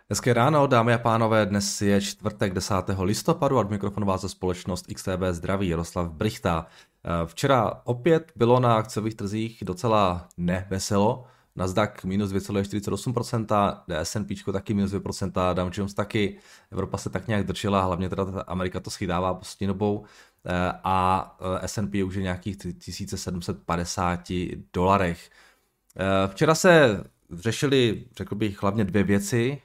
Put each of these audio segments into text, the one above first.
Hezké ráno, dámy a pánové, dnes je čtvrtek 10. listopadu a od mikrofonu vás za společnost XTB zdraví Jaroslav Brychta. Včera opět bylo na akciových trzích docela neveselo. Nasdaq minus 2,48%, S&P taky minus 2%, Dow Jones taky, Evropa se tak nějak držela, hlavně teda Amerika to schytává poslední dobou a S&P už je nějakých $1750. Včera se řešili, řekl bych, hlavně dvě věci,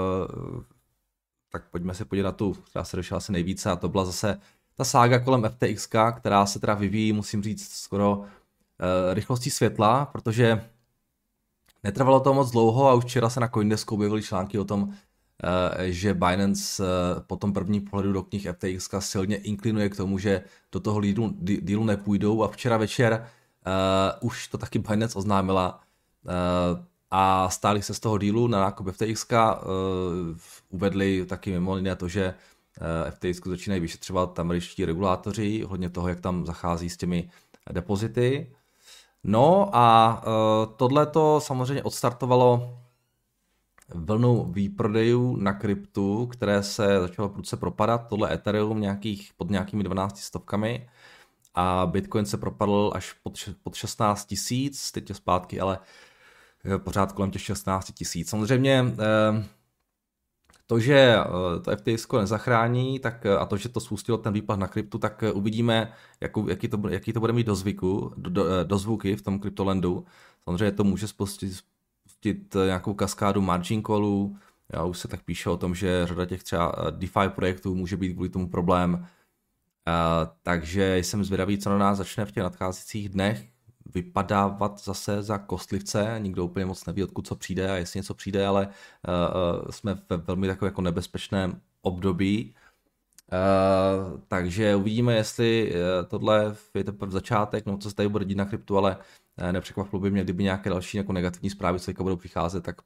tak pojďme se podívat na tu, která se řešila asi nejvíce, a to byla zase ta sága kolem FTX, která se teda vyvíjí, musím říct, skoro rychlostí světla, protože netrvalo to moc dlouho a už včera se na CoinDesku objevily články o tom, že Binance po tom prvním pohledu do knih FTX silně inklinuje k tomu, že do toho dealu nepůjdou, a včera večer už to taky Binance oznámila, a stáli se z toho dealu na nákup FTX, uvedli taky mimo jiné to, že FTX začínají vyšetřovat američtí regulátoři hodně toho, jak tam zachází s těmi depozity. No a tohleto samozřejmě odstartovalo vlnu výprodejů na kryptu, které se začalo prudce propadat. Tohle Ethereum pod nějakými 12 stovkami a Bitcoin se propadl až pod 16 000, teď je zpátky, ale pořád kolem těch 16 000. Samozřejmě to, že to FTX nezachrání, tak, a to, že to spustilo ten výpad na kryptu, tak uvidíme, jaký to bude mít do zvuky v tom kryptolandu. Samozřejmě to může spustit nějakou kaskádu margin callů. Já už se tak píše o tom, že řada těch třeba DeFi projektů může být kvůli tomu problém. Takže jsem zvědavý, co na nás začne v těch nadcházejících dnech vypadávat zase za kostlivce. Nikdo úplně moc neví, odkud co přijde a jestli něco přijde, ale jsme ve velmi takovém jako nebezpečném období. Takže uvidíme, jestli tohle je teprve začátek, no co se tady bude dít na kryptu, ale nepřekvapilo by mě, kdyby nějaké další jako negativní zprávy, co budou přicházet, tak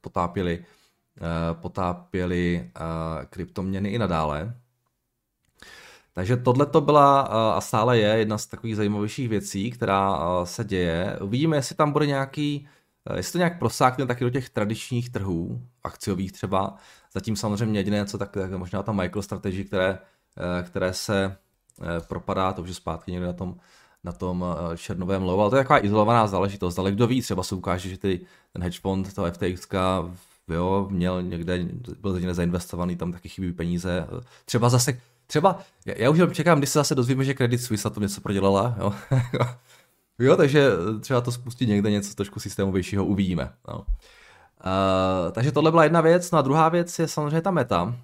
potápěli kryptoměny i nadále. Takže tohle to byla a stále je jedna z takových zajímavějších věcí, která se děje. Uvidíme, jestli tam bude jestli to nějak prosákne taky do těch tradičních trhů, akciových třeba. Zatím samozřejmě jediné, co tak možná ta MicroStrategy, které se propadá, to už je zpátky někde na tom černovém lovu, ale to je taková izolovaná záležitost. Ale kdo ví, třeba se ukáže, že ten hedge fond, to FTX, měl někde, byl někde zainvestovaný, tam taky chybí peníze. Třeba, já už čekám, když se zase dozvíme, že Credit Suisse na tom něco prodělala, jo. Jo, takže třeba to spustí někde něco trošku systémovějšího, uvidíme. No. Takže tohle byla jedna věc, no a druhá věc je samozřejmě ta Meta,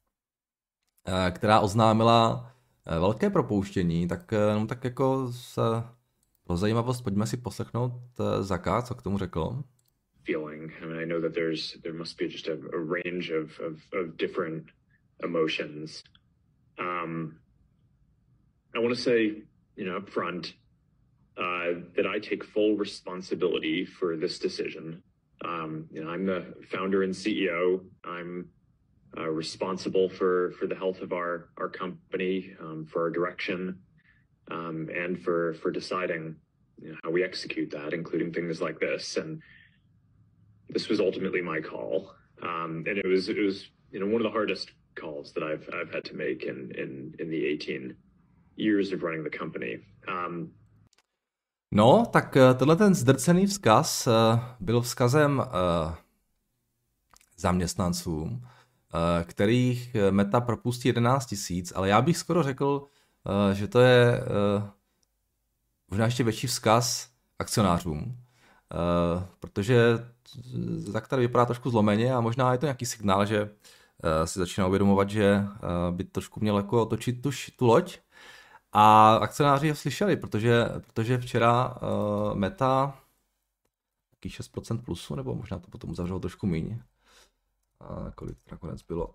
která oznámila velké propouštění, tak jako pro zajímavost pojďme si poslechnout Zaka, co k tomu řekl. Feeling. I mean, I know that there must be just a range of different emotions. I want to say, up front, that I take full responsibility for this decision. I'm the founder and CEO. I'm responsible for the health of our company, for our direction, and for deciding how we execute that, including things like this. And this was ultimately my call, and it was one of the hardest calls that I've had to make in the 18 years of running the company. No, tak tenhle ten zdrcený vzkaz byl vzkazem zaměstnancům, kterých Meta propustí 11 000, ale já bych skoro řekl, že to je možná ještě větší vzkaz akcionářům, protože tak tady vypadá trošku zlomeně a možná je to nějaký signál, že si začíná uvědomovat, že by trošku měl jako otočit tu loď. A akcionáři ho slyšeli, protože včera Meta taky 6% plusu, nebo možná to potom zavřelo trošku míň. Kolik nakonec bylo?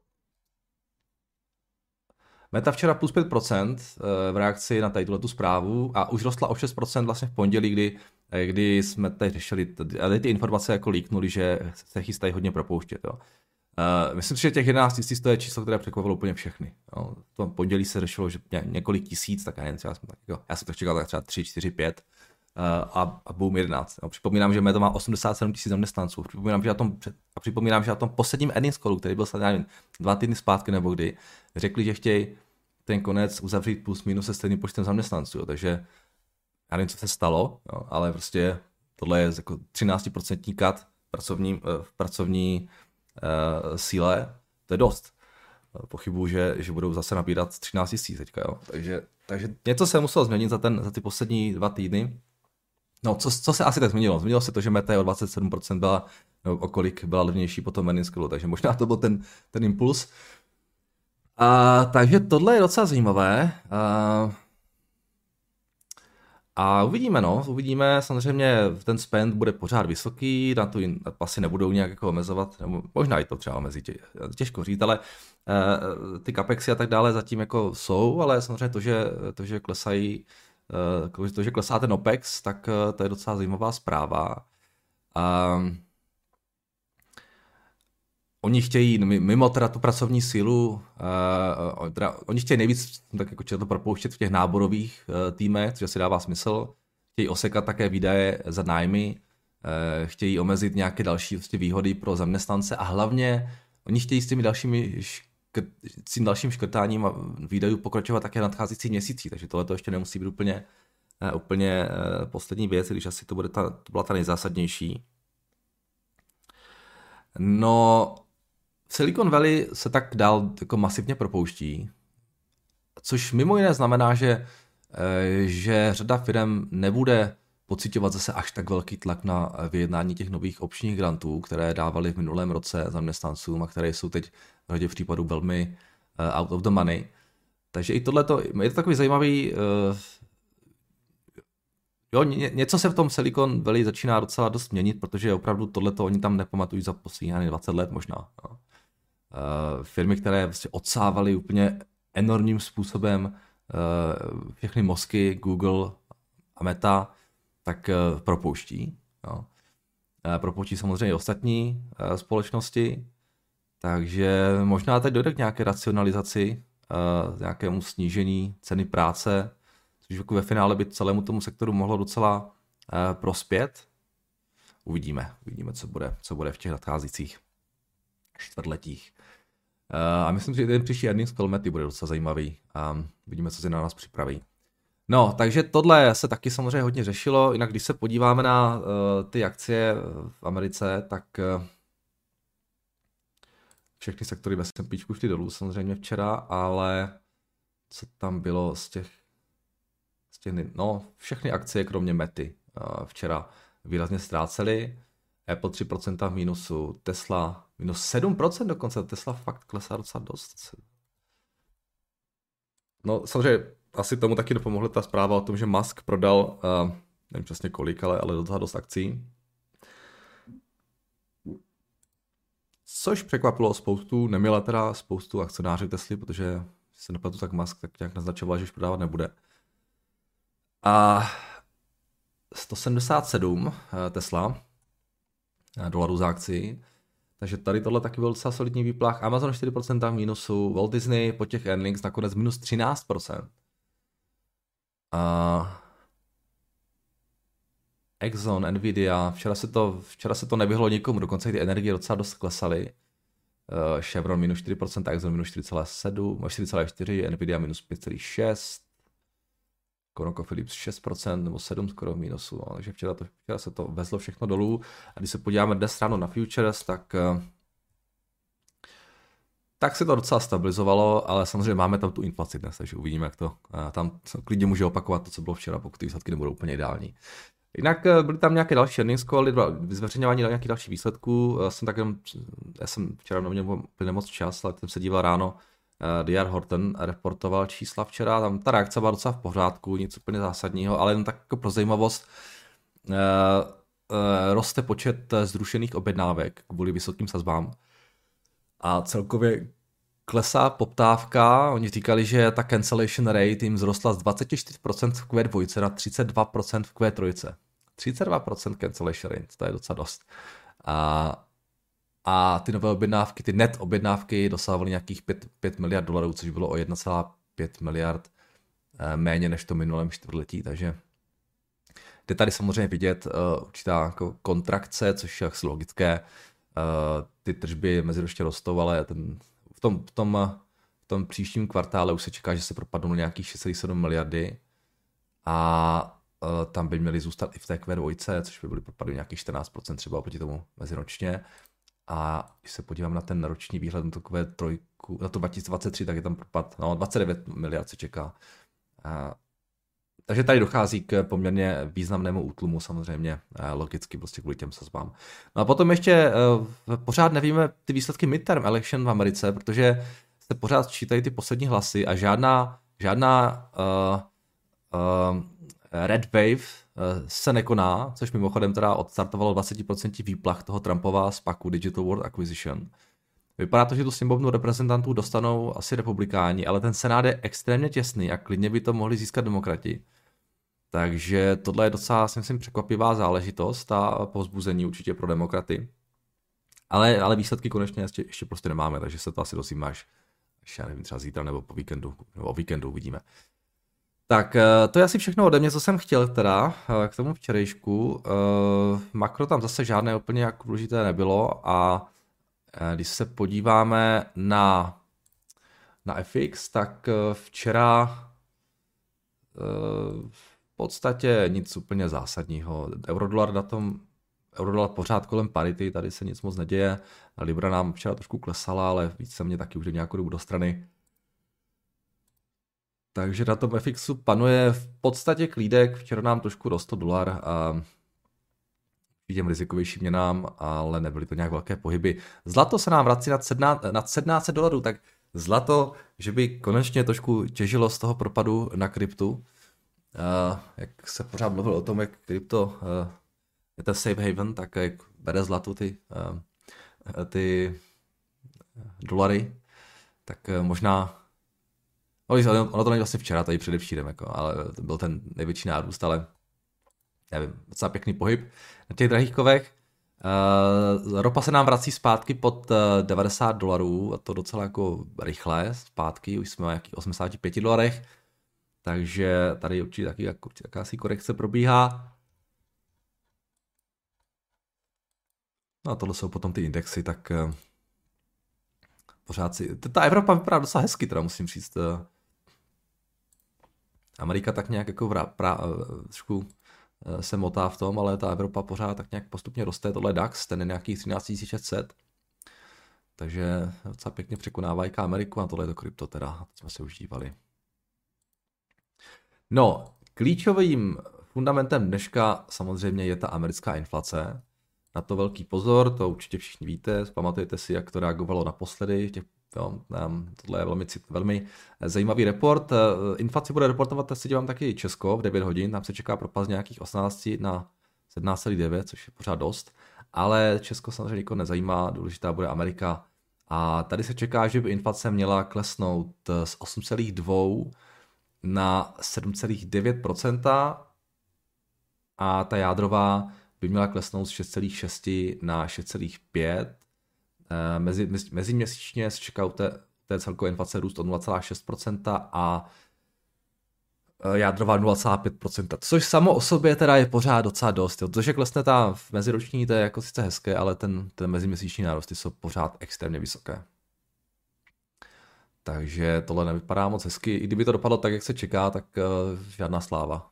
Meta včera plus 5% v reakci na tady tu zprávu a už rostla o 6% vlastně v pondělí, kdy jsme tady řešili, ale ty informace jako líknuly, že se chystají hodně propouštět. Jo. Myslím si, že těch 11 000 to je číslo, které překvapilo úplně všechny. Jo. V tom pondělí se řešilo, že několik tisíc, tak já nevím, já jsem tak čekal tak třeba 3, 4, 5. a boom 11. No, připomínám, že Meta má 87 000 zaměstnanců. Připomínám, že na tom posledním earnings callu, který byl nevím, 2 týdny zpátky nebo kdy, řekli, že chtějí ten konec uzavřít plus minus se stejným počtem zaměstnanců. Jo. Takže já nevím, co se stalo, jo, ale prostě tohle je jako 13% cut v pracovní síle. To je dost. Pochybuju, že budou zase nabírat 13 000 teďka, jo. Takže něco se muselo změnit za ty poslední 2 týdny. No, co se asi tak změnilo? Změnilo se to, že Meta o 27% byla, no, o kolik byla levnější po tom earnings callu, takže možná to byl ten impuls. Takže tohle je docela zajímavé. A uvidíme, samozřejmě ten spend bude pořád vysoký, na to asi nebudou nějak jako omezovat, nebo možná i to třeba omezit, těžko říct, ale ty capexy a tak dále zatím jako jsou, ale samozřejmě to, že klesají, to, že klesá ten OPEX, tak to je docela zajímavá zpráva. Oni chtějí, mimo teda tu pracovní sílu, oni chtějí nejvíc tak jako to propouštět v těch náborových týmech, což asi dává smysl. Chtějí osekat také výdaje za nájmy, chtějí omezit nějaké další výhody pro zaměstnance a hlavně oni chtějí s tím dalším škrtáním výdajů pokračovat také v nadcházejících měsících, takže tohle to ještě nemusí být úplně poslední věc, když asi to byla ta nejzásadnější. No, Silicon Valley se tak dál jako masivně propouští, což mimo jiné znamená, že řada firm nebude pociťovat zase až tak velký tlak na vyjednání těch nových opčních grantů, které dávali v minulém roce zaměstnancům a které jsou teď v řadě případů velmi out of the money. Takže i tohleto, je to takový zajímavý, jo, něco se v tom Silicon Valley začíná docela dost měnit, protože opravdu tohleto oni tam nepamatují za poslední 20 let možná. Jo. Firmy, které vlastně odsávaly úplně enormním způsobem všechny mozky, Google a Meta, tak propouští. Jo. Propouští samozřejmě i ostatní společnosti, takže možná teď dojde k nějaké racionalizaci, nějakému snížení ceny práce, což jako ve finále by celému tomu sektoru mohlo docela prospět. Uvidíme, co bude v těch nadcházejících čtvrtletích. A myslím, že ten příští earnings call Mety bude docela zajímavý a vidíme, co si na nás připraví. No, takže tohle se taky samozřejmě hodně řešilo, jinak když se podíváme na ty akcie v Americe, tak všechny sektory ve S&P šly dolů samozřejmě včera, ale co tam bylo z těch všechny akcie kromě Mety včera výrazně ztrácely. Apple 3% v mínusu, Tesla minus 7% dokonce, Tesla fakt klesá docela dost. No samozřejmě asi tomu taky dopomohla ta zpráva o tom, že Musk prodal, nevím přesně kolik, ale docela dost akcí. Což překvapilo neměla teda spoustu akcionářů Tesly, protože se nepletu, tak Musk tak nějak naznačoval, že už prodávat nebude. A 177 Tesla dolarů za akci. Takže tady tohle taky byl docela solidní výplach. Amazon 4% v mínusu, Walt Disney po těch earnings nakonec minus 13%. Exxon, Nvidia, včera se to nevyhlo nikomu, dokonce ty energie docela dost klesaly. Chevron minus 4%, Exxon minus 4,4%, Nvidia minus 5,6%. ConocoPhillips 6% nebo 7% skoro v mínusu, no. Takže včera se to vezlo všechno dolů. A když se podíváme dnes ráno na futures, tak se to docela stabilizovalo, ale samozřejmě máme tam tu inflaci dnes, takže uvidíme, jak to tam klidně může opakovat to, co bylo včera, pokud ty výsledky nebudou úplně ideální. Jinak byly tam nějaké další earnings call, zveřejňování nějakých dalších výsledků. Já jsem včera neměl úplně moc čas, ale jsem se díval ráno. D.R. Horton reportoval čísla včera, tam ta reakce byla docela v pořádku, nic úplně zásadního, ale jen tak jako pro zajímavost, roste počet zrušených objednávek kvůli vysokým sazbám a celkově klesá poptávka. Oni říkali, že ta cancellation rate jim zrostla z 24% v Q2 na 32% v Q3. 32% cancellation rate, to je docela dost. A ty nové objednávky, ty net objednávky dosávaly nějakých 5 miliard dolarů, což bylo o 1,5 miliard méně než to minulém čtvrtletí, takže Jde tady samozřejmě vidět určitá jako kontrakce, což je asi logické. Ty tržby meziročně rostou, ale v tom příštím kvartále už se čeká, že se propadnou na nějakých 6,7 miliardy a tam by měly zůstat i v té Q2, což by byly propady nějakých 14% třeba oproti tomu meziročně. A když se podívám na ten roční výhled na to Q3, na to 2023, tak je tam propad, 29 miliard se čeká. Takže tady dochází k poměrně významnému útlumu samozřejmě, logicky prostě kvůli těm sazbám. No a potom ještě pořád nevíme ty výsledky midterm election v Americe, protože se pořád sčítají ty poslední hlasy a žádná red wave se nekoná, což mimochodem teda odstartovalo 20% výplach toho Trumpova SPACu Digital World Acquisition. Vypadá to, že tu sněmovnu reprezentantů dostanou asi republikáni, ale ten senát je extrémně těsný a klidně by to mohli získat demokrati. Takže tohle je docela, si myslím, překvapivá záležitost a povzbuzení určitě pro demokraty. Ale výsledky konečně ještě prostě nemáme, takže se to asi dozvíme až já nevím, třeba zítra nebo po víkendu, nebo o víkendu uvidíme. Tak to je asi všechno ode mě, co jsem chtěl teda k tomu včerejšku. Makro tam zase žádné úplně jako důležité nebylo a když se podíváme na FX, tak včera v podstatě nic úplně zásadního. Eurodolar pořád kolem parity, tady se nic moc neděje. Libra nám včera trošku klesala, ale víc se mě taky už nějakou dobu do strany. Takže na tom FXu panuje v podstatě klídek, včera nám trošku rostl dolar a těm rizikovějším měnám, ale nebyly to nějak velké pohyby. Zlato se nám vrací nad $1700, tak zlato, že by konečně trošku těžilo z toho propadu na kryptu. Jak se pořád mluvil o tom, jak krypto je to safe haven, tak jak bere zlato ty dolary, tak možná ono to není vlastně včera, tady předevčírem, jako, ale to byl ten největší nárůst, ale nevím, docela pěkný pohyb na těch drahých kovech. Ropa se nám vrací zpátky pod $90 a to docela jako rychle zpátky, už jsme na nějakých $85, takže tady určitě taky jakási korekce probíhá. No a tohle jsou potom ty indexy, tak pořád si... Ta Evropa vypadá docela hezky, teda musím říct. Amerika tak nějak jako trošku se motá v tom, ale ta Evropa pořád tak nějak postupně roste. Tohle je DAX, ten je nějakých 13 600. Takže docela pěkně překonávají Ameriku a tohle je to krypto teda, to jsme se už dívali. No, klíčovým fundamentem dneška samozřejmě je ta americká inflace. Na to velký pozor, to určitě všichni víte, pamatujete si, jak to reagovalo naposledy. Tohle je velmi zajímavý report. Inflaci bude reportovat, se dívám taky Česko v 9 hodin, tam se čeká propad z nějakých 18 na 17,9, což je pořád dost, ale Česko samozřejmě nikoho nezajímá, důležitá bude Amerika. A tady se čeká, že by inflace měla klesnout z 8,2 na 7,9% a ta jádrová by měla klesnout z 6,6 na 6,5. Meziměsíčně se čeká u té celkové inflace růst o 0,6% a jádrová 0,5%, což samo o sobě teda je pořád docela dost. Jo. To, že klesne ta meziroční, to je jako sice hezké, ale ten meziměsíční nárosty jsou pořád extrémně vysoké. Takže tohle nevypadá moc hezky. I kdyby to dopadlo tak, jak se čeká, tak žádná sláva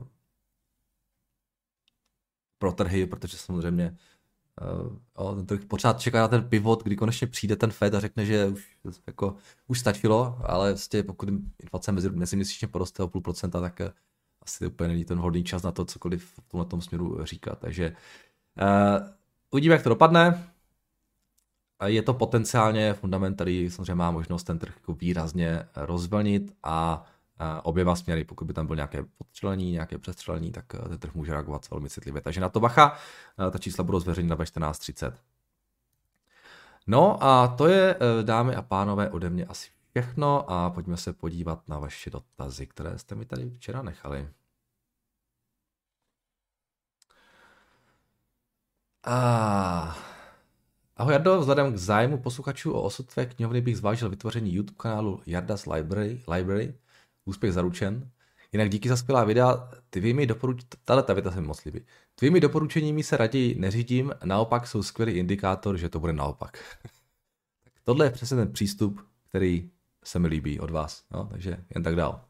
pro trhy, protože samozřejmě ten trh pořád čeká na ten pivot, kdy konečně přijde ten Fed a řekne, že už stačilo, ale vlastně pokud inflace meziměsíčně poroste o 0,5%, tak asi to úplně není ten vhodný čas na to cokoliv v tomhle směru říkat. Takže uvidíme, jak to dopadne. Je to potenciálně fundament, který samozřejmě má možnost ten trh jako výrazně rozvlnit a oběma směry, pokud by tam bylo nějaké podstřelení, nějaké přestřelení, tak ten trh může reagovat velmi citlivě. Takže na to bacha, ta čísla budou zveřejněna ve 14:30. No a to je, dámy a pánové, ode mě asi všechno a pojďme se podívat na vaše dotazy, které jste mi tady včera nechali. Ahoj Jardo, vzhledem k zájmu posluchačů o osud tvé knihovny bych zvážil vytvoření YouTube kanálu Jarda's Library. Úspěch zaručen. Jinak díky za skvělá videa, tato věta se mi moc líbí. Tvými doporučeními se raději neřídím, naopak jsou skvělý indikátor, že to bude naopak. Tohle je přesně ten přístup, který se mi líbí od vás, no, takže jen tak dál.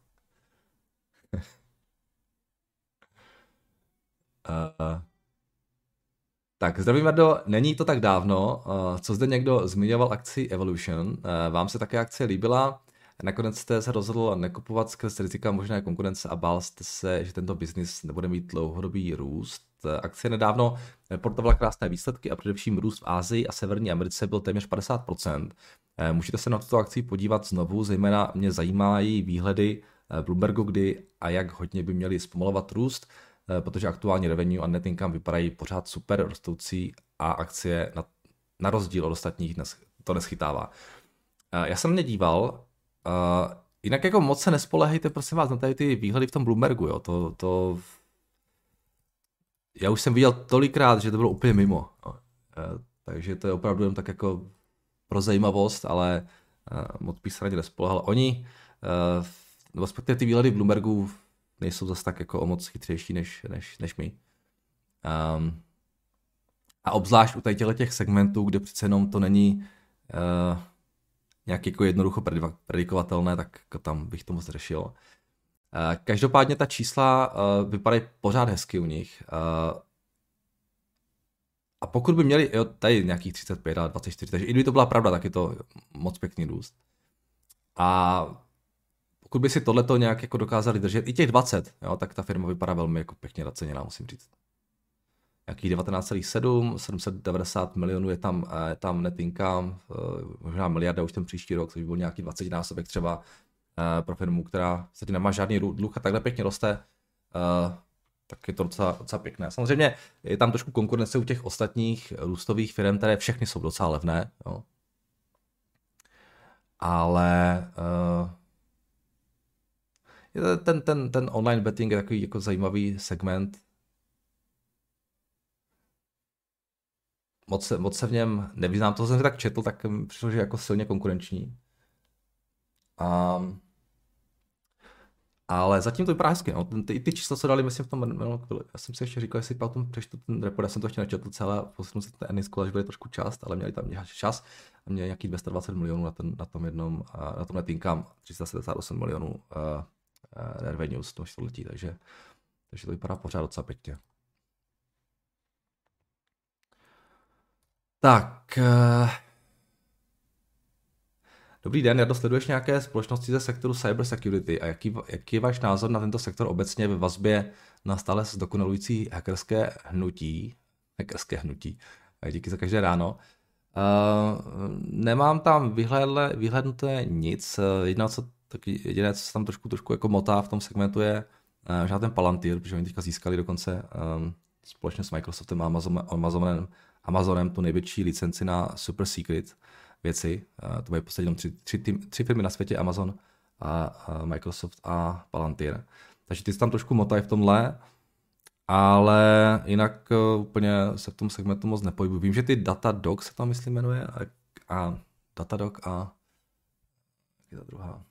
Tak, zdravím Mardo, není to tak dávno, co zde někdo zmiňoval akci Evolution, vám se také akce líbila, nakonec jste se rozhodl nekupovat skrz rizika možné konkurence a bál jste se, že tento biznis nebude mít dlouhodobý růst. Akcie nedávno reportovala krásné výsledky a především růst v Asii a Severní Americe byl téměř 50%. Můžete se na tuto akci podívat znovu, zejména mě zajímají výhledy Bloombergu, kdy a jak hodně by měli zpomalovat růst, protože aktuální revenue a net income vypadají pořád super rostoucí a akcie na rozdíl od ostatních to neschytává. Já jsem na ně díval, jinak jako moc se nespolehejte, prosím vás, na tady ty výhledy v tom Bloombergu, jo, já už jsem viděl tolikrát, že to bylo úplně mimo, jo. Takže to je opravdu jen tak jako pro zajímavost, ale moc bych se na ně nespolehal. Oni, respektive ty výhledy v Bloombergu nejsou zase tak jako o moc chytřejší než my. A obzvlášť u těch segmentů, kde přece jenom to není nějak jako jednoducho predikovatelné, tak tam bych to moc řešil. Každopádně ta čísla vypadají pořád hezky u nich. A pokud by měli, jo, tady nějakých 35 a 24, takže i kdyby to byla pravda, tak je to moc pěkný růst. A pokud by si tohleto nějak jako dokázali držet, i těch 20, jo, tak ta firma vypadá velmi jako pěkně naceněná, musím říct. Jakých 19,7, 790 milionů je tam net income, možná miliarda už ten příští rok, což by byl nějaký 20 násobek třeba pro firmu, která se nemá žádný dluh a takhle pěkně roste, tak je to docela pěkné. Samozřejmě je tam trošku konkurence u těch ostatních růstových firm, které všechny jsou docela levné, jo. Ale ten online betting je takový jako zajímavý segment. Moc se v něm nevyznám, to jsem si tak četl, tak mi přišlo, že je jako silně konkurenční. Ale zatím to vypadá hezky, no. Ty čísla, co dali, myslím, v tom já jsem si ještě říkal, jestli potom přečtu ten report, já jsem to ještě nečetl celé, posunu se ten earnings call, až bude trošku část, ale měli tam čas a měli nějaký 220 milionů na tom jednom, na tom net income, 378 milionů revenues toho čtvrtletí, takže to vypadá pořád docela pěkně. Tak. Dobrý den, Jardo, sleduješ nějaké společnosti ze sektoru cybersecurity a jaký je váš názor na tento sektor obecně ve vazbě na stále zdokonalující hackerské hnutí? Díky za každé ráno. Nemám tam vyhlédnuté nic. Jediné, co se tam trošku jako motá v tom segmentu je možná ten Palantir, protože oni teďka získali dokonce společně s Microsoftem a Amazonem tu největší licenci na super secret věci. To mají v podstatě jenom tři firmy na světě, Amazon a Microsoft a Palantir. Takže ty se tam trošku motají v tomhle, ale jinak úplně se v tom segmentu moc nepohybuji. Vím, že ty Datadog se tam myslím jmenuje a Datadog a jak je ta druhá?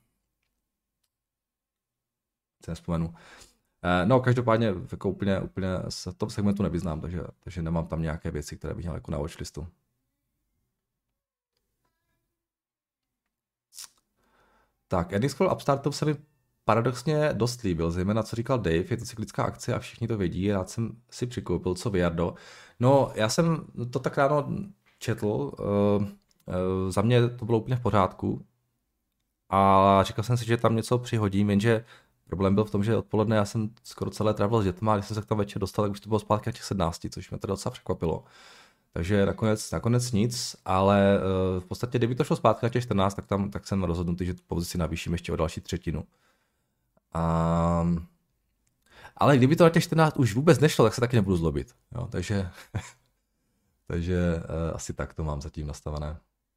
Se nespomenu. No, každopádně jako úplně se v tom segmentu nevyznám, takže nemám tam nějaké věci, které bych měl jako na watchlistu. Tak, earnings call Upstartu se mi paradoxně dost líbil, zejména co říkal Dave, je to cyklická akce a všichni to vědí, rád jsem si přikoupil, co vy, Jardo. No, já jsem to tak ráno četl, za mě to bylo úplně v pořádku a říkal jsem si, že tam něco přihodím, jenže problém byl v tom, že odpoledne já jsem skoro celé trávil s dětma a když jsem se k tomu večer dostal, tak už to bylo zpátky na těch 17, což mě teda docela překvapilo. Takže nakonec nic, ale v podstatě, kdyby to šlo zpátky na těch 14, tak jsem rozhodnutý, že tu pozici navýším ještě o další třetinu. Ale kdyby to na těch 14 už vůbec nešlo, tak se taky nebudu zlobit. Jo, takže asi tak to mám zatím nastavené.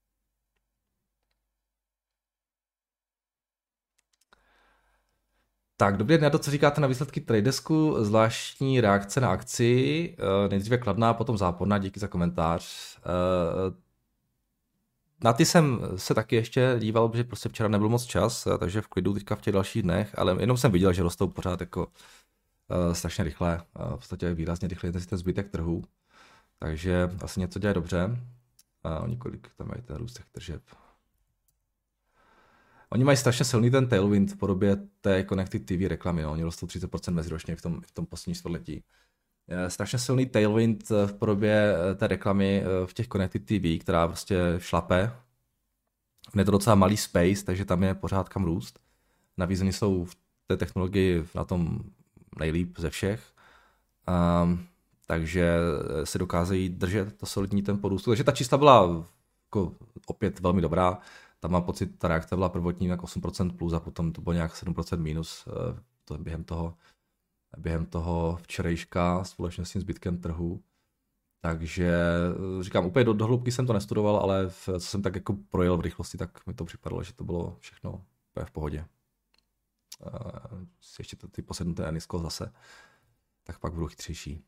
Tak, dobrý den, co říkáte na výsledky Tradesku, zvláštní reakce na akci, nejdříve kladná, potom záporná, díky za komentář. na ty jsem se taky ještě díval, protože prostě včera nebyl moc čas, takže v klidu teďka v těch dalších dnech, ale jenom jsem viděl, že rostou pořád jako strašně rychle, v podstatě výrazně rychle než ten zbytek trhu, takže asi něco dělají dobře. Oni kolik tam mají ten růst těch tržeb. Oni mají strašně silný ten tailwind v podobě té Connected TV reklamy, no. Oni rostou 30% meziročně v tom posledním století. Strašně silný tailwind v podobě té reklamy v těch Connected TV, která prostě šlape. Je to docela malý space, takže tam je pořád kam růst. Navíc oni jsou v té technologii na tom nejlíp ze všech. Takže se dokáží držet to solidní tempo růstu. Takže ta čísla byla jako opět velmi dobrá. Tam mám pocit, ta reakce byla prvotní jak 8% plus a potom to bylo nějak 7% minus to během toho včerejška společně s tím zbytkem trhu. Takže říkám, úplně do hloubky jsem to nestudoval, ale co jsem tak jako projel v rychlosti, tak mi to připadalo, že to bylo všechno v pohodě. Ještě ty posednuté Enisko zase, tak pak budu chytřejší.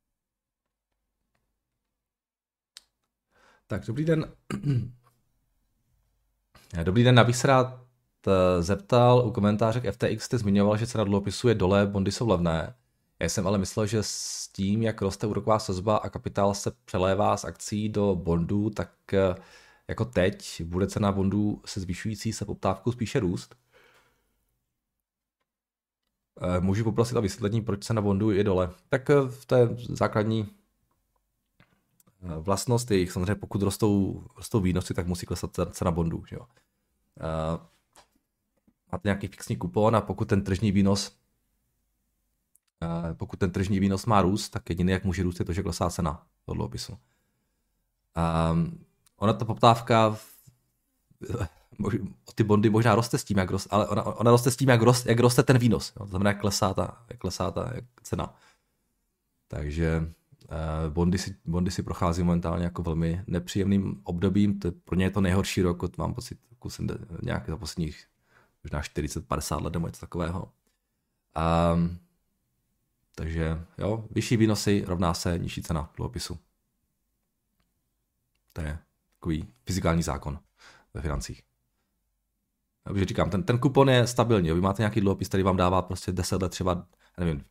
Tak, dobrý den. Dobrý den, abych se rád zeptal, u komentáře k FTX jste zmiňoval, že cena dluhopisů je dole, bondy jsou levné. Já jsem ale myslel, že s tím, jak roste úroková sazba a kapitál se přelévá z akcí do bondů, tak jako teď bude cena bondů se zvyšující se poptávkou spíše růst. Můžu poprosit o vysvětlení, proč cena bondů je dole. Tak v té základní vlastnost jejich, samozřejmě pokud rostou výnosy, tak musí klesat cena bondů. Že jo? Máte nějaký fixní kupon a pokud ten tržní výnos má růst, tak jediný, jak může růst, je to, že klesá cena toho dluhopisu. Ona ta poptávka ty bondy možná roste s tím, jak roste, ale ona roste s tím, jak roste ten výnos. Jo? To znamená, jak klesá ta cena. Takže bondy si prochází momentálně jako velmi nepříjemným obdobím. Pro ně je to nejhorší rok, mám pocit, jsem nějak za posledních možná 40-50 let nebo něco takového. Takže jo, vyšší výnosy rovná se nižší cena dluhopisu. To je takový fyzikální zákon ve financích. Takže říkám, ten kupon je stabilní. Vy máte nějaký dluhopis, který vám dává prostě 10 let třeba, nevím,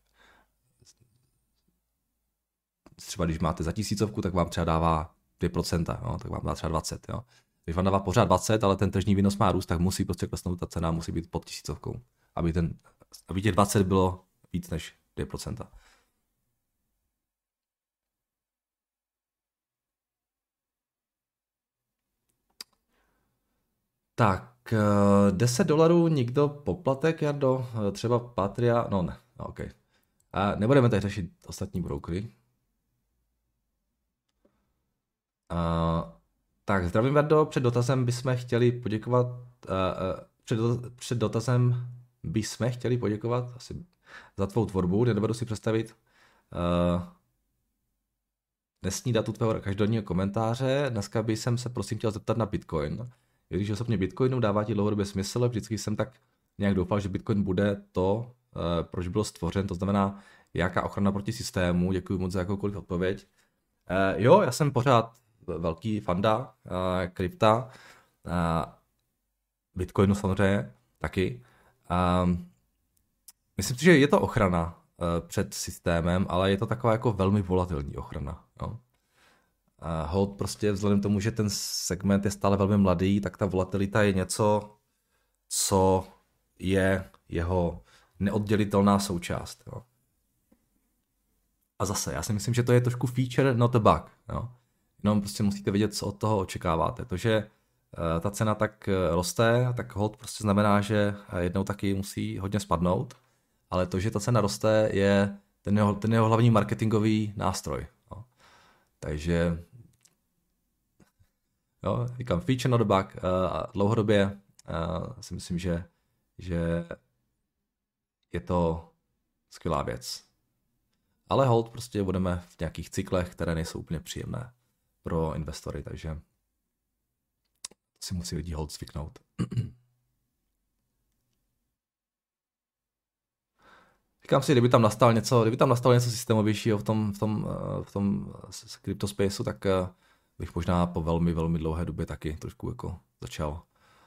třeba když máte za 1000, tak vám třeba dává 2%, jo, tak vám dá třeba 20. Jo. Když vám dává pořád 20, ale ten tržní výnos má růst, tak musí prostě klesnout ta cena, musí být pod 1000, aby těch 20 bylo víc než 2%. Tak, $10 nikdo poplatek, Jardo? Třeba Patria? No ne, no, OK. Nebudeme tady řešit ostatní brokery. Tak, zdravím, Jardo. Před dotazem bychom chtěli poděkovat před dotazem bychom chtěli poděkovat asi za tvou tvorbu, nedovedu si představit dnesní datu tvého každodenního komentáře. Dneska bych se prosím chtěl zeptat na Bitcoin. Když osobně Bitcoinu dává ti dlouhodobě smysl, vždycky jsem tak nějak doufal, že Bitcoin bude to, proč byl stvořen, to znamená, jaká ochrana proti systému. Děkuji moc za jakoukoliv odpověď. Jo, já jsem pořád velký fanda krypta, Bitcoinu samozřejmě taky. Myslím si, že je to ochrana před systémem, ale je to taková jako velmi volatilní ochrana. No. Hold prostě vzhledem k tomu, že ten segment je stále velmi mladý, tak ta volatilita je něco, co je jeho neoddělitelná součást. Jo. A zase, já si myslím, že to je trošku feature, not a bug. Jo. Jenom prostě musíte vědět, co od toho očekáváte. To, že ta cena tak roste, tak hold prostě znamená, že jednou taky musí hodně spadnout, ale to, že ta cena roste, je ten jeho hlavní marketingový nástroj. Jo. Takže jo, říkám feature, not a bug. Dlouhodobě si myslím, že je to skvělá věc. Ale hold prostě budeme v nějakých cyklech, které nejsou úplně příjemné pro investory, takže si musí lidi hold zvyknout. Říkám si, kdyby tam nastalo něco systémovějšího v tom kryptospaceu, tak bych možná po velmi, velmi dlouhé době taky trošku jako začal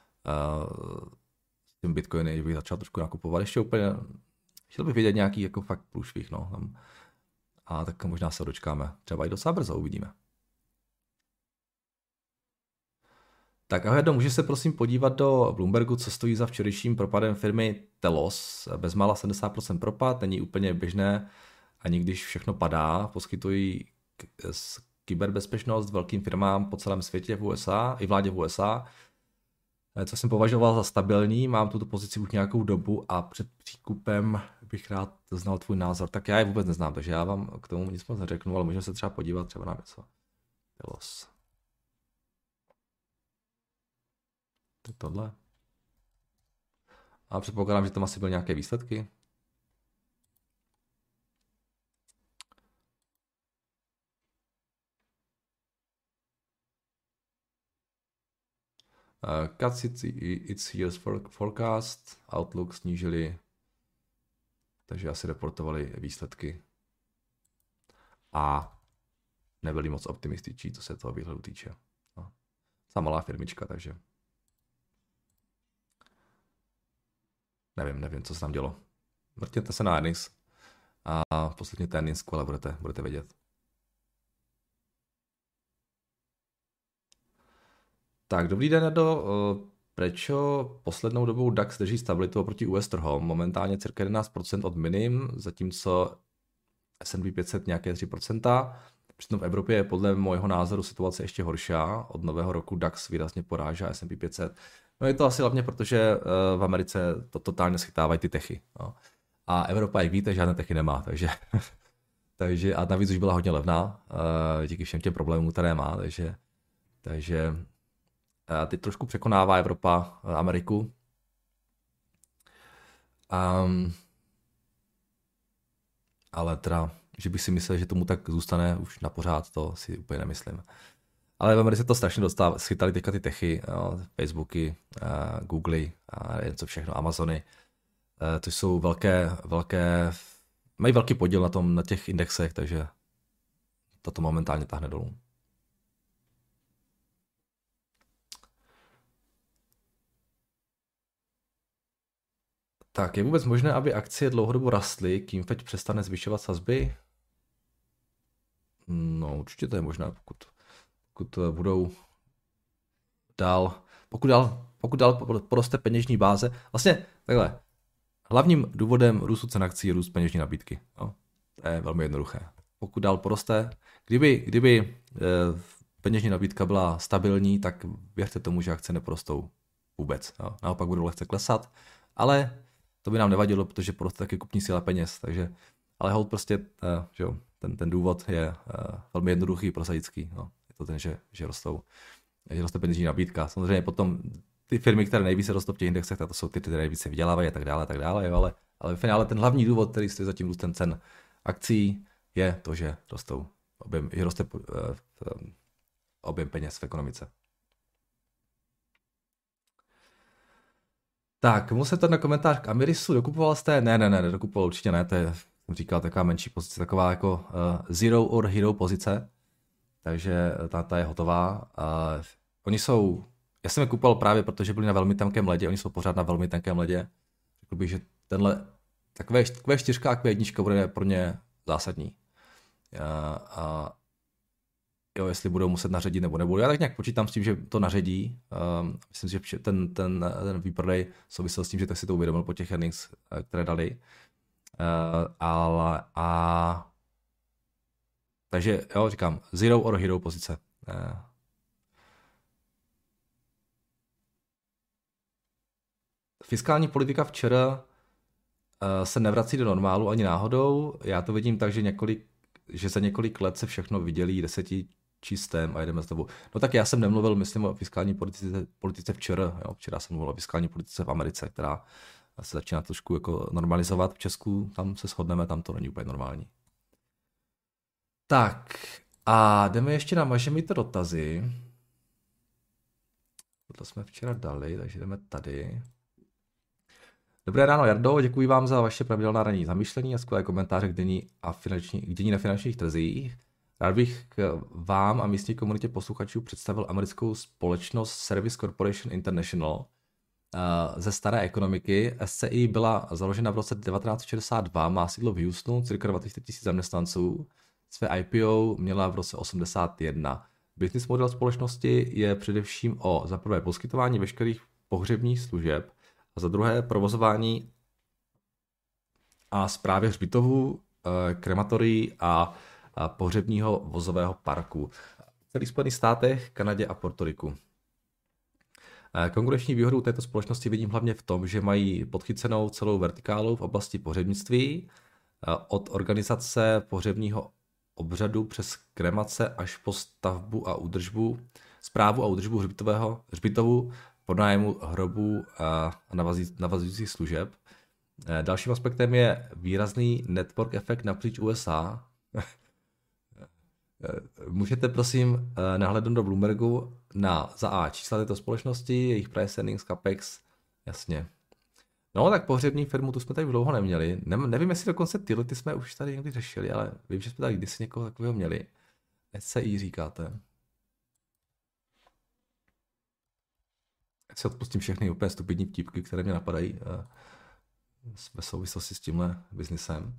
s tím Bitcoiny, že bych začal trošku nakupovat. Ještě úplně, chtěl bych vidět nějaký jako fakt průšvih, no. A tak možná se dočkáme. Třeba i docela brzo, uvidíme. Tak ahoj, můžeš se prosím podívat do Bloombergu, co stojí za včerejším propadem firmy Telos. Bezmála 70% propad, není úplně běžné, ani když všechno padá. Poskytují kyberbezpečnost velkým firmám po celém světě v USA, i vládě v USA, co jsem považoval za stabilní. Mám tuto pozici už nějakou dobu a před příkupem bych rád znal tvůj názor. Tak já je vůbec neznám, takže já vám k tomu nic moc neřeknu, ale můžeme se třeba podívat třeba na něco. Telos. To je tohle. A předpokládám, že tam asi byly nějaké výsledky. Cuts its year's forecast, Outlook snížili, takže asi reportovali výsledky a nebyli moc optimističní, co se toho výhledu týče. No. Ta malá firmička, takže nevím, co se tam dělo. Vrtěte se na earnings a posledně earningsku, ale budete vědět. Tak, dobrý den, Edo. Prečo poslednou dobou DAX drží stabilitu oproti US trhom? Momentálně cirka 11% od minim, zatímco S&P 500 nějaké 3%. Přitom v Evropě je podle mého názoru situace ještě horší. Od nového roku DAX výrazně poráží S&P 500. No je to asi hlavně, protože v Americe to totálně schytávají ty techy. No. A Evropa, jak víte, žádné techy nemá, takže a navíc už byla hodně levná díky všem těm problémům, které má, takže teď trošku překonává Evropa Ameriku. Ale teda, že bych si myslel, že tomu tak zůstane už na pořád, to si úplně nemyslím. Ale v Americe to strašně schytali teďka ty techy, Facebooky, Googly a něco všechno, Amazony. To jsou velké, mají velký podíl na těch indexech, takže toto momentálně tahne dolů. Tak, je vůbec možné, aby akcie dlouhodobu rastly, kým Fed přestane zvyšovat sazby? No, určitě to je možné, pokud budou pokud dál poroste peněžní báze. Vlastně takhle, hlavním důvodem růstu cen akcí je růst peněžní nabídky. No, to je velmi jednoduché. Pokud dál poroste, kdyby peněžní nabídka byla stabilní, tak věřte tomu, že akce neporostou vůbec. No. Naopak budou lehce klesat, ale to by nám nevadilo, protože poroste taky kupní síla peněz, ale hold prostě, že jo, ten důvod je velmi jednoduchý, prosadický, no. Je to ten, že roste peněžní nabídka. Samozřejmě potom ty firmy, které nejvíce rostou v těch indexech, to jsou ty, které nejvíce vydělávají a tak dále, jo, ale v finále ten hlavní důvod, který stojí za tím růstem cen akcí, je to, že roste objem peněz v ekonomice. Tak, komu se to na komentář k Amirisu? Dokupoval jste? Ne, nedokupoval, určitě ne, to je, jsem říkal, taková menší pozice, taková jako zero or hero pozice, takže ta je hotová. Já jsem je kupoval právě, protože byli na velmi tenkém ledě, oni jsou pořád na velmi tenkém ledě. Řekl bych, že takové Q4 a Q1 bude pro ně zásadní. Jo, jestli budou muset naředit nebo nebudou. Já tak nějak počítám s tím, že to naředí. Myslím si, že ten výprodej souvisel s tím, že tak si to uvědomil po těch earnings, které dali. Takže jo, říkám, zero or hero pozice. Fiskální politika včera se nevrací do normálu ani náhodou. Já to vidím tak, že za několik let se všechno vydělí 10 čistém a jedeme znovu. No tak já jsem nemluvil, myslím, o fiskální politice včera. Jo. Včera jsem mluvil o fiskální politice v Americe, která se začíná trošku jako normalizovat. V Česku tam se shodneme, tam to není úplně normální. Tak a jdeme ještě na vaše dotazy. Tohle jsme včera dali, takže jdeme tady. Dobré ráno, Jardo, děkuji vám za vaše pravidelná ranní zamýšlení a skvělé komentáře k dění na finančních trzích. Rád bych k vám a místní komunitě posluchačů představil americkou společnost Service Corporation International ze staré ekonomiky. SCI byla založena v roce 1962, má sídlo v Houstonu, cirka 20 000 zaměstnanců. Své IPO měla v roce 81. Business model společnosti je především o za prvé poskytování veškerých pohřebních služeb a za druhé provozování a správě hřbitovů, krematorií a pohřebního vozového parku v celých Spojených státech, Kanadě a Portoriku. Konkurenční výhodu této společnosti vidím hlavně v tom, že mají podchycenou celou vertikálu v oblasti pohřebnictví, od organizace pohřebního obřadu přes kremace až po stavbu a údržbu, správu a údržbu hřbitovu, podnájmu hrobů a navazujících služeb. Dalším aspektem je výrazný network efekt napříč USA. Můžete prosím nahlédnout do Bloombergu na za A čísla této společnosti, jejich price earnings, capex, jasně. No tak pohřební firmu tu jsme tady dlouho neměli. Nevím, jestli dokonce ty jsme už tady někdy řešili, ale vím, že jsme tady kdysi někoho takového měli. SCI říkáte. Já si odpustím všechny úplně stupidní vtípky, které mě napadají ve souvislosti s tímhle biznisem.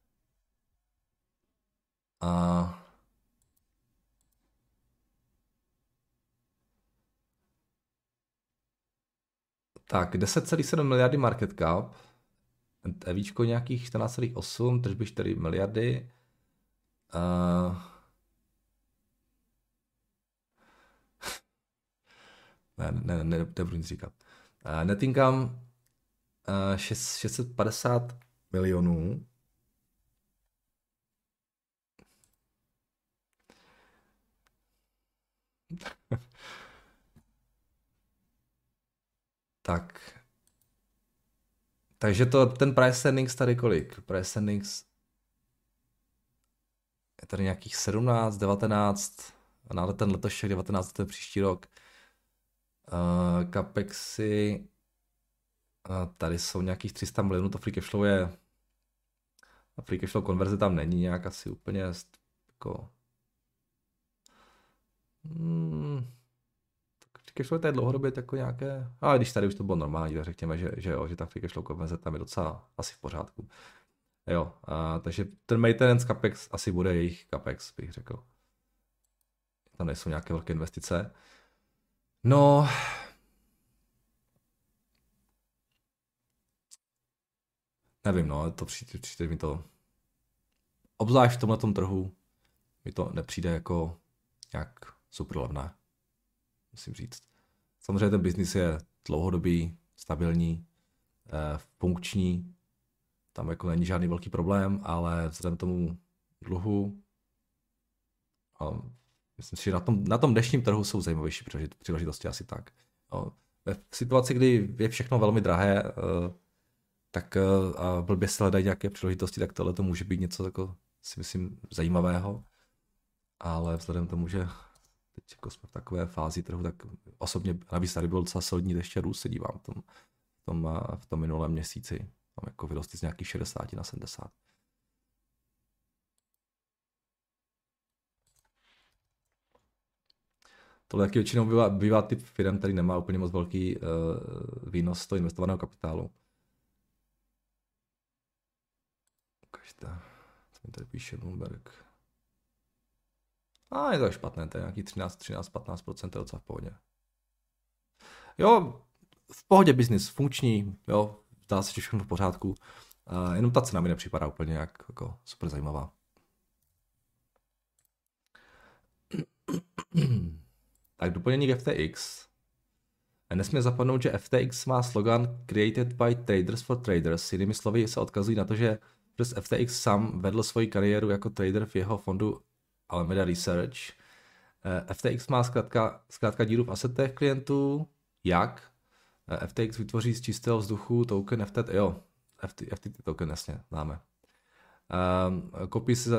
Tak, 10,7 miliardy market cap, EVčko nějakých 14,8, tržby 4 miliardy. Nebudu nic říkat. Net income 650 milionů. Tak. Takže ten price earnings tady kolik? Price earnings je tady nějakých 17, 19, a náhle ten letošek 19, to je příští rok. Capexy, tady jsou nějakých 300 milionů, to free cash flow je, a free cash flow konverze tam není nějak asi úplně jako... Free cash flow je dlouhodobě jako nějaké, ale když tady už to bylo normální, tak řekněme, že jo, že ta free cash flow konverze tam je docela asi v pořádku. Jo, takže ten maintenance capex asi bude jejich capex, bych řekl. Tam nejsou nějaké velké investice. No, nevím, no, to přijde mi to, obzvlášť v tomhletom trhu, mi to nepřijde jako nějak super levné, musím říct. Samozřejmě ten biznis je dlouhodobý, stabilní, funkční, tam jako není žádný velký problém, ale vzhledem k tomu dluhu, myslím si, že na tom dnešním trhu jsou zajímavější příležitosti asi tak. V situaci, kdy je všechno velmi drahé, tak a blbě se hledají nějaké příležitosti, tak tohle to může být něco jako, si myslím, zajímavého. Ale vzhledem k tomu, že teď jako jsme v takové fázi trhu, tak osobně navíc tady byl docela solidní ještě růst, se dívám v tom minulém měsíci. Tam jako vyrostly z nějakých 60 na 70. Tohle taky většinou bývá typ firm, který nemá úplně moc velký výnos z toho investovaného kapitálu. Ukažte, co mi tady píše Bloomberg. Je to špatné, to je nějaký 13-15%, to je docela v pohodě. Jo, v pohodě biznis, funkční, jo, zdá se, že všechno v pořádku. Jenom ta cena mi nepřipadá úplně jako super zajímavá. Tak doplnění k FTX. Nesmí zapadnout, že FTX má slogan Created by Traders for Traders. Jinými slovy se odkazují na to, že přes FTX sám vedl svoji kariéru jako trader v jeho fondu Alameda Research. FTX má zkrátka díru v asetech klientů. Jak? FTX vytvoří z čistého vzduchu token FTT. Jo, FTT token, jasně, známe. Koupí se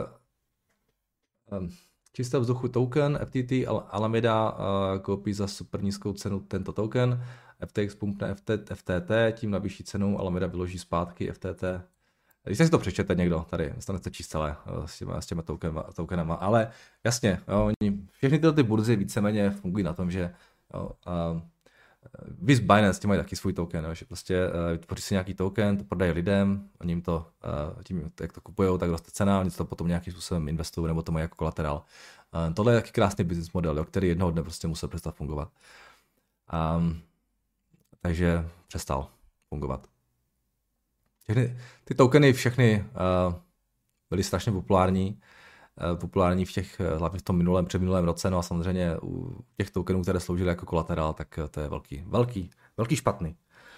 čistého vzduchu token FTT Alameda koupí za super nízkou cenu tento token. FTX pumpne FTT, tím na vyšší cenu Alameda vyloží zpátky FTT Když si to přečtěte někdo tady, dostanete číst celé s těma tokenama, ale jasně, jo, všechny tyhle ty burzy víceméně fungují na tom, že jo, Viz Binance, ti mají taky svůj token, jo, že prostě vytvoří si nějaký token, to prodají lidem, oni jim to, tím, jak to kupujou, tak roste cena, oni to potom nějakým způsobem investují nebo to mají jako kolaterál. Tohle je taky krásný business model, jo, který jednoho dne prostě musel přestat fungovat. Takže přestal fungovat. Ty tokeny všechny byly strašně populární v těch, hlavně v tom předminulém roce, no a samozřejmě u těch tokenů, které sloužily jako kolaterál, tak to je velký špatný.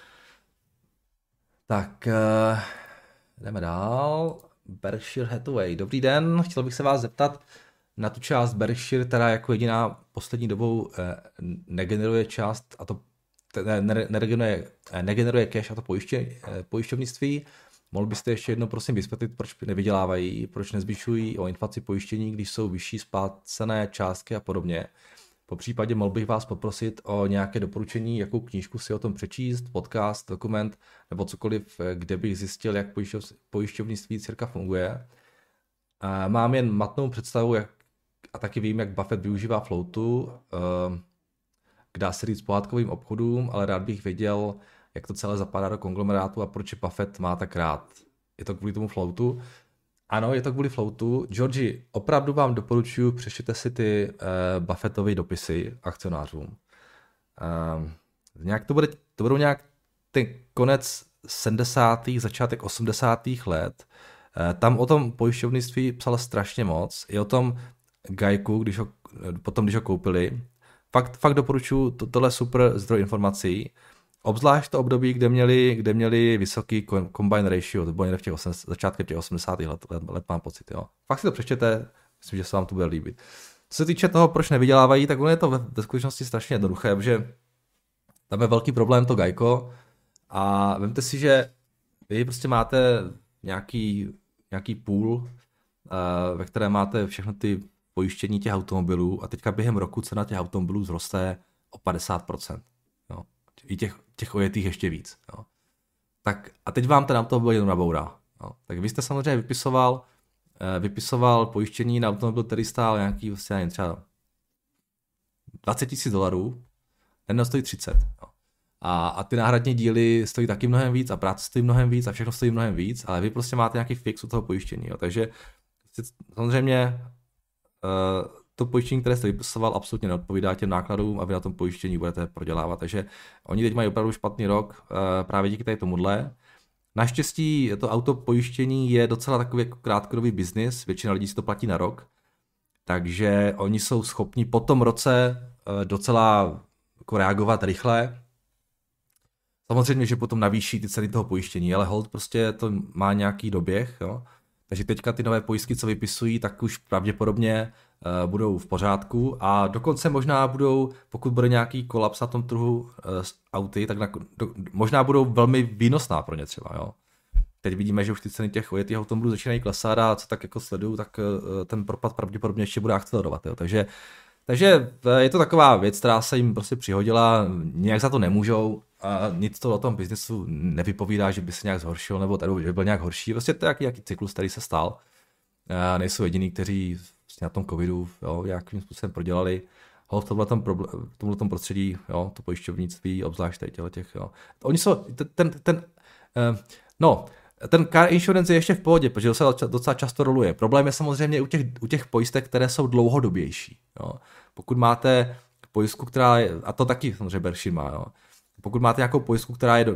Tak jdeme dál. Berkshire Hathaway. Dobrý den, chtěl bych se vás zeptat na tu část Berkshire, která jako jediná poslední dobou negeneruje část, a to negeneruje cash, a to pojišťovnictví. Mohl byste ještě jednou prosím vysvětlit, proč nevydělávají, proč nezvyšují o inflaci pojištění, když jsou vyšší splácené částky a podobně. Po případě mohl bych vás poprosit o nějaké doporučení, jakou knížku si o tom přečíst, podcast, dokument nebo cokoliv, kde bych zjistil, jak pojišťovnictví cirka funguje. Mám jen matnou představu, a taky vím, jak Buffett využívá floatu, dá se říct pohádkovým obchodům, ale rád bych věděl, jak to celé zapadá do konglomerátu a proč Buffett má tak rád. Je to kvůli tomu floatu? Ano, je to kvůli floatu. Georgi, opravdu vám doporučuji, přečtěte si ty Buffettovy dopisy akcionářům. Nějak to budou nějak ten konec 70. začátek 80. let. Tam o tom pojišťovnictví psal strašně moc. I o tom Geiku, když ho koupili. Fakt doporučuji, tohle je super zdroj informací. Obzvlášť to období, kde měli vysoký combine ratio, to bylo někde v těch začátkem těch 80. let mám pocit. Jo. Fakt si to přečtěte, myslím, že se vám to bude líbit. Co se týče toho, proč nevydělávají, tak ono je to ve skutečnosti strašně jednoduché, protože tam je velký problém to Geico a vemte si, že vy prostě máte nějaký pool, ve kterém máte všechno ty pojištění těch automobilů a teďka během roku cena těch automobilů vzroste o 50%. Jo. I těch ojetých ještě víc. Jo. Tak a teď vám ten automobil jenom nabourá. Jo. Tak vy jste samozřejmě vypisoval pojištění na automobil, který stál nějaký třeba $20,000, ten stojí 30. Jo. A ty náhradní díly stojí taky mnohem víc a práce stojí mnohem víc a všechno stojí mnohem víc, ale vy prostě máte nějaký fix u toho pojištění. Jo. Takže samozřejmě to pojištění, které jste vypisoval, absolutně neodpovídá těm nákladům a vy na tom pojištění budete prodělávat. Takže oni teď mají opravdu špatný rok právě díky tomuhle. Naštěstí to autopojištění je docela takový jako krátkodobý biznis, většina lidí si to platí na rok, takže oni jsou schopni po tom roce docela jako reagovat rychle. Samozřejmě, že potom navýší ty ceny toho pojištění, ale hold prostě to má nějaký doběh, jo. Takže teďka ty nové pojistky, co vypisují, tak už pravděpodobně budou v pořádku a dokonce možná budou, pokud bude nějaký kolaps na tom trhu s auty, tak možná budou velmi výnosná pro ně třeba. Jo. Teď vidíme, že už ty ceny těch ojetých automobilů začínají klesat a co tak jako sleduju, tak ten propad pravděpodobně ještě bude akcelerovat. Jo. Takže je to taková věc, která se jim prostě přihodila, nějak za to nemůžou a nic to o tom biznesu nevypovídá, že by se nějak zhoršil nebo tady by byl nějaký horší. Prostě to je nějaký cyklus, který se stal. Nejsou jediní, kteří vlastně na tom covidu nějakým způsobem prodělali. V tomhletom prostředí, jo, to pojišťovnictví, obzvlášť těch, jo. Oni jsou, ten car insurance je ještě v pohodě, protože se docela často roluje. Problém je samozřejmě u těch pojistek, které jsou dlouhodobější. Jo. Pokud máte pojistku, která je, a to taky samozřejmě Berkshire má, jo. Pokud máte nějakou pojistku, která je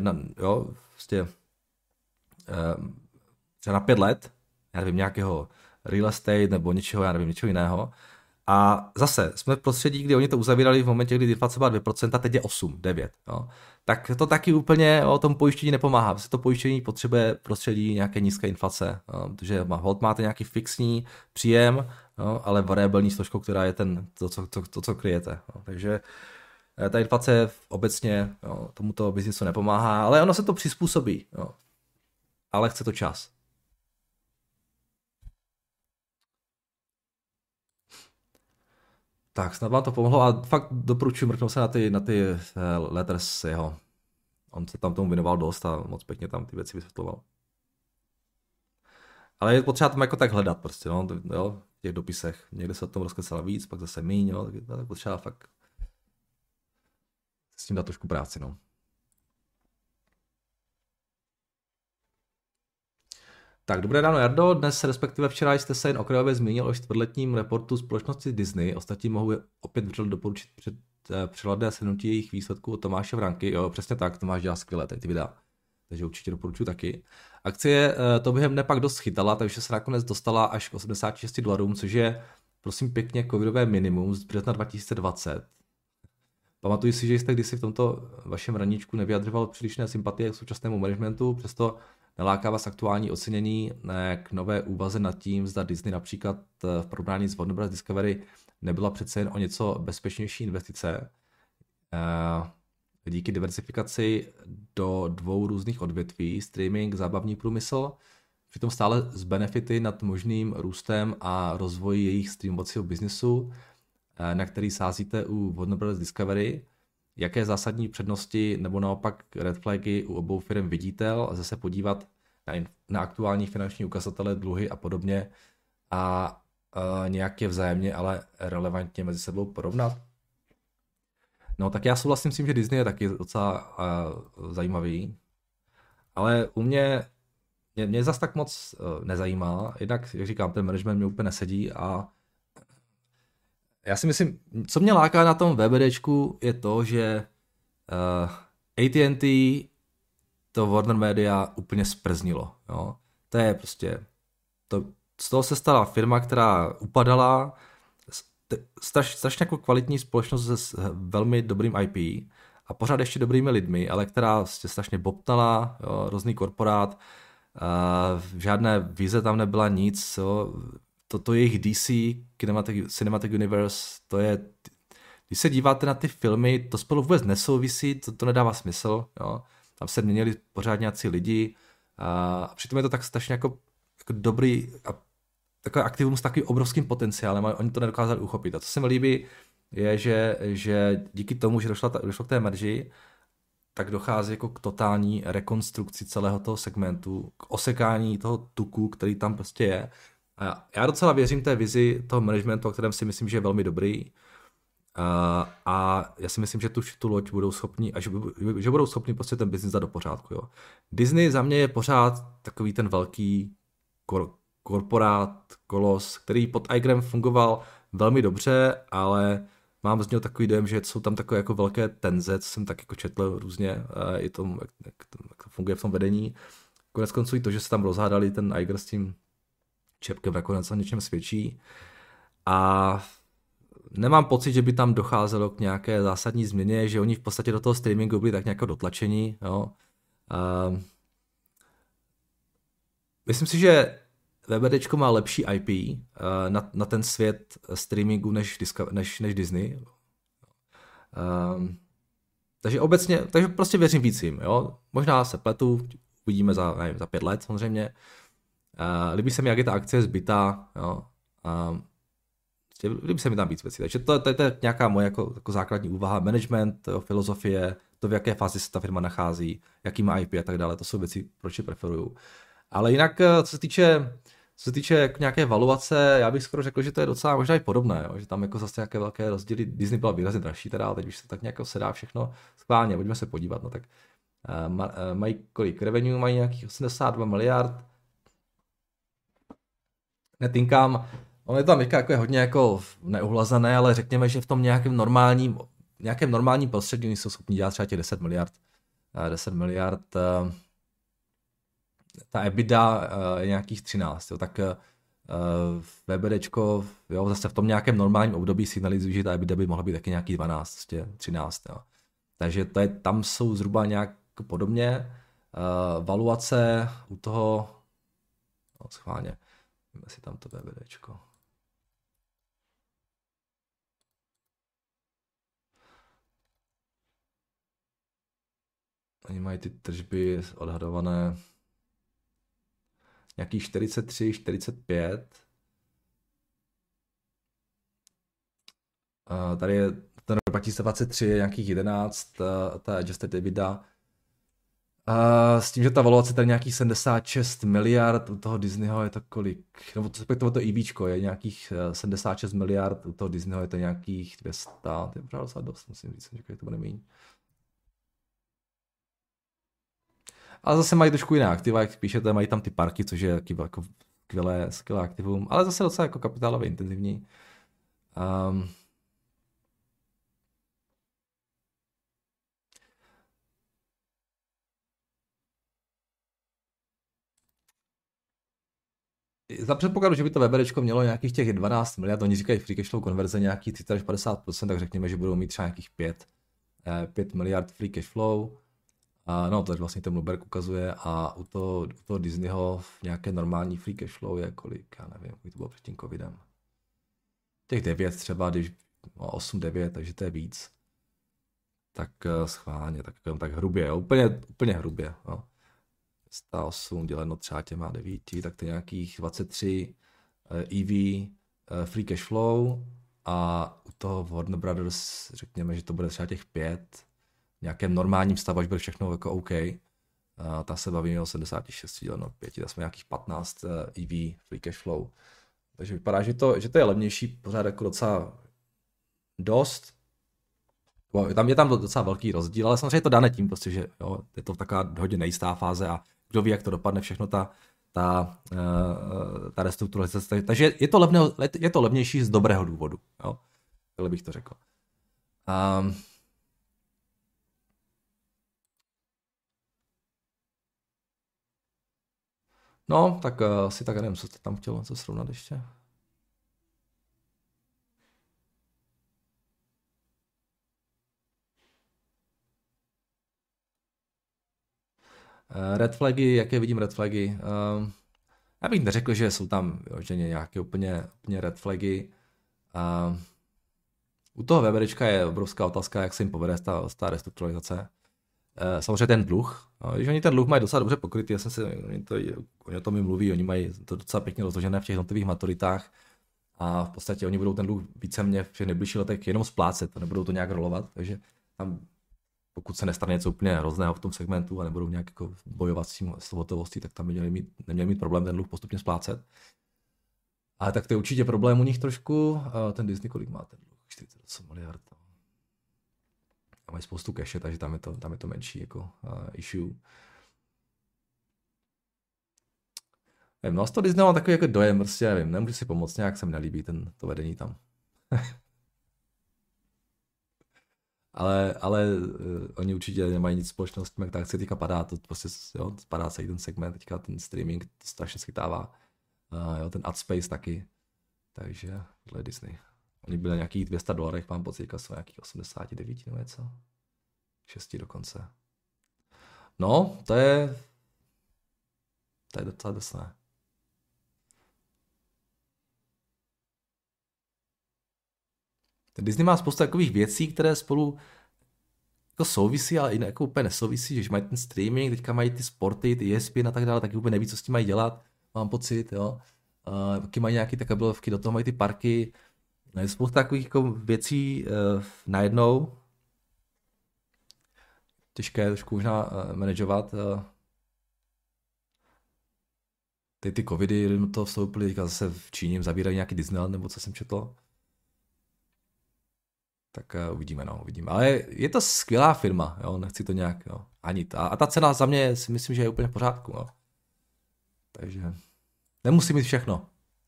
třeba na 5 let, já nevím, nějakého real estate nebo něčeho jiného, a zase jsme v prostředí, kdy oni to uzavírali v momentě, kdy inflace byla 2%, teď je 8, 9. Jo. Tak to taky úplně o tom pojištění nepomáhá. Protože to pojištění potřebuje prostředí nějaké nízké inflace, jo, protože máte nějaký fixní příjem, jo, ale variabilní složkou, která je to, co kryjete. Jo. Takže ta inflace obecně tomuto biznisu nepomáhá, ale ono se to přizpůsobí. Jo. Ale chce to čas. Tak, snad vám to pomohlo a fakt doporučuji mrknout se na ty letters jeho. On se tam tomu věnoval dost a moc pěkně tam ty věci vysvětloval. Ale je potřeba tam jako tak hledat prostě, no, jo, v těch dopisech. Někde se o tom rozkecala víc, pak zase míň, jo, tak potřeba fakt s tím dát trošku práci, no. Tak, dobré ráno, Jardo. Dnes, respektive včera, jste se jen okrajově zmínil o čtvrtletním reportu společnosti Disney. Ostatní mohu opět vřele doporučit přehledné shrnutí jejich výsledků od Tomáše Vranky. Jo, přesně tak, Tomáš dělá skvěle ty videa. Takže určitě doporučuji taky. Akcie to během dne pak dost chytala, takže se nakonec dostala až k $86, což je, prosím pěkně, covidové minimum z března 2020. Pamatuji si, že jste kdysi v tomto vašem raníčku nevyjadřoval přílišné sympatie k současnému managementu, přesto naláká vás aktuální ocenění k nové úvaze nad tím, zda Disney například v porovnání s Warner Bros. Discovery nebyla přece jen o něco bezpečnější investice. Díky diversifikaci do 2 různých odvětví, streaming, zábavní průmysl, přitom stále z benefity nad možným růstem a rozvoji jejich streamovacího biznesu, na který sázíte u Warner Bros. Discovery, jaké zásadní přednosti nebo naopak red flagy u obou firm vidíte a zase podívat na aktuální finanční ukazatele, dluhy a podobně a nějaké vzájemně, ale relevantně mezi sebou porovnat. No tak já souhlasím s tím, že Disney je taky docela zajímavý, ale u mě zas tak moc nezajímá, jednak, jak říkám, ten management mě úplně nesedí a já si myslím, co mě láká na tom VBDčku je to, že AT&T to Warner Media úplně sprznilo. Jo? To je prostě, z toho se stala firma, která upadala, strašně jako kvalitní společnost s velmi dobrým IP a pořád ještě dobrými lidmi, ale která prostě strašně bobtala, jo? Různý korporát, žádné vize tam nebyla nic, jo? To jejich DC, Cinematic Universe, to je, když se díváte na ty filmy, to spolu vůbec nesouvisí, to nedává smysl, jo. Tam se měnili pořád nějací lidi a přitom je to tak strašně jako dobrý a takové aktivum s takovým obrovským potenciálem, ale oni to nedokázali uchopit. A co se mi líbí, je, že díky tomu, že došlo k té merži, tak dochází jako k totální rekonstrukci celého toho segmentu, k osekání toho tuku, který tam prostě je. A já docela věřím té vizi toho managementu, o kterém si myslím, že je velmi dobrý. A já si myslím, že tu loď budou schopni, a že budou schopni prostě ten biznis dát do pořádku. Jo. Disney za mě je pořád takový ten velký korporát, kolos, který pod Igerem fungoval velmi dobře, ale mám z něho takový dojem, že jsou tam takové jako velké tenze, co jsem tak jako četl různě, i tom, jak to funguje v tom vedení. Konec konců i to, že se tam rozhádali ten Iger s tím Čepkem, nakonec o něčem svědčí. A nemám pocit, že by tam docházelo k nějaké zásadní změně, že oni v podstatě do toho streamingu byli tak nějak dotlačení. Jo. Myslím si, že VBDčko má lepší IP na ten svět streamingu než Disney. Takže prostě věřím víc jim. Jo. Možná se pletu, uvidíme za 5 let samozřejmě. Líbí se mi, jak je ta akcie zbytá, jo. Líbí se mi tam víc věcí. Takže to je nějaká moje jako základní úvaha. Management, jo, filozofie, to, v jaké fázi se ta firma nachází, jaký má IP a tak dále, to jsou věci, proč je preferuju. Ale jinak, co se týče nějaké valuace, já bych skoro řekl, že to je docela možná i podobné, jo, že tam jako zase nějaké velké rozdíly. Disney byla výrazně dražší teda, ale teď už se tak nějak se dá všechno schválně, pojďme se podívat. No tak mají kolik revenue, mají nějakých 82 miliard. Netinkám, ono je tam jako hodně jako neuhlazené, ale řekněme, že v tom nějakém normálním prostředí jsou schopni dělat třeba těch 10 miliard. 10 miliard. Ta EBITDA je nějakých 13, jo, tak VBDčko, jo, zase v tom nějakém normálním období signalizují, že ta EBITDA by mohla být taky nějaký 12, 13. Jo. Takže tam jsou zhruba nějak podobně. Valuace u toho, no, schválně, si tam to VBDčko. Oni mají ty tržby odhadované nějaký 43, 45. Tady je ten rok 2023 je nějakých 11, ta adjusted EBITDA. S tím, že ta valuace tady nějakých 76 miliard, u toho Disneyho je to kolik? Nebo to EVčko je nějakých 76 miliard, u toho Disneyho je to nějakých 200, to je pořád docela dost, musím říct, že to bude méně. Ale zase mají trošku jiná aktiva, jak píšete, mají tam ty parky, což je taky jako skvělé aktivum, ale zase docela jako kapitálově intenzivní. Za předpokladu, že by to Weberečko mělo nějakých těch 12 miliard, oni říkají free cash flow konverze nějakých 30 až 50%, tak řekněme, že budou mít třeba nějakých 5 miliard free cash flow. No, to vlastně ten Bloomberg ukazuje a u toho Disneyho v nějaké normální free cash flow je kolik, já nevím, kolik to bylo před tím covidem. Těch 9 třeba, když 8-9, takže to je víc. Tak schválně, tak hrubě, jo? Úplně hrubě. No. 108 děleno třeba těma 9, tak to je nějakých 23 EV free cash flow a u toho Warner Brothers řekněme, že to bude třeba těch 5 v nějakém normálním stavu, až bude všechno jako OK. Ta se bavíme o 76 děleno 5, tak jsme nějakých 15 EV free cash flow. Takže vypadá, že to je levnější pořád jako docela dost. Je tam docela velký rozdíl, ale samozřejmě to dané tím, prostě, že jo, je to taková hodně nejistá fáze a kdo ví, jak to dopadne všechno ta restrukturalizace. Takže je to levnější z dobrého důvodu. Jo? Takhle bych to řekl. No, tak asi tak nevím, co jste tam chtěl něco srovnat ještě. Red flagy, jaké vidím red flagy? Já bych neřekl, že jsou tam že nějaké úplně red flagy. U toho Weberečka je obrovská otázka, jak se jim povede ta restrukturalizace. Samozřejmě ten dluh. Když oni ten dluh mají docela dobře pokrytý, oni o tom mi mluví, oni mají to docela pěkně rozložené v těch jednotlivých maturitách a v podstatě oni budou ten dluh víceméně v těch nejbližších letech jenom splácet, nebudou to nějak rolovat, takže tam pokud se nestane něco úplně hrozného v tom segmentu a nebudou nějak jako bojovat s hotovostí, tak tam by neměli mít problém ten dluh postupně splácet. Ale tak to je určitě problém u nich trošku. Ten Disney kolik má ten dluh? 48 miliard. A mají spoustu cache, takže tam je to menší jako issue. Nevím, no z toho Disney mám takový jako dojem, prostě nevím, nemůžu si pomoct, nějak se mi nelíbí to vedení tam. ale oni určitě nemají nic společného s tím, jak ta akcie teďka padá, to prostě jo, padá celý ten segment, teďka ten streaming to strašně schytává, jo, ten ad space taky, takže tohle Disney. Oni byli nějakých $200, mám pocit, teďka jsou nějakých 89 nebo něco, 6 dokonce. No, to je docela drsné. Ten Disney má spoustu takových věcí, které spolu jako souvisí, ale i jako úplně nesouvisí, že mají ten streaming, teďka mají ty sporty, ty ESPN a tak dále, taky úplně neví, co s tím mají dělat, mám pocit, jo. Taky mají nějaké ty kabelovky, do toho mají ty parky, je spousta takových jako věcí najednou. Těžké trošku možná manažovat. Ty covidy do toho vstoupily, teďka zase v Číně zabírají nějaký Disneyland, nebo co jsem četl. Tak uvidíme. Ale je to skvělá firma, jo, nechci to nějak, jo, hanit. A ta cena za mě si myslím, že je úplně v pořádku, jo. Takže nemusí mít všechno.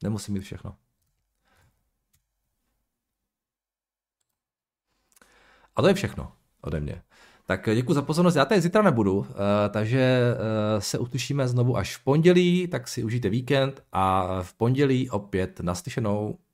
A to je všechno ode mě. Tak děkuji za pozornost, já tady zítra nebudu, takže se uslyšíme znovu až v pondělí, tak si užijte víkend a v pondělí opět naslyšenou.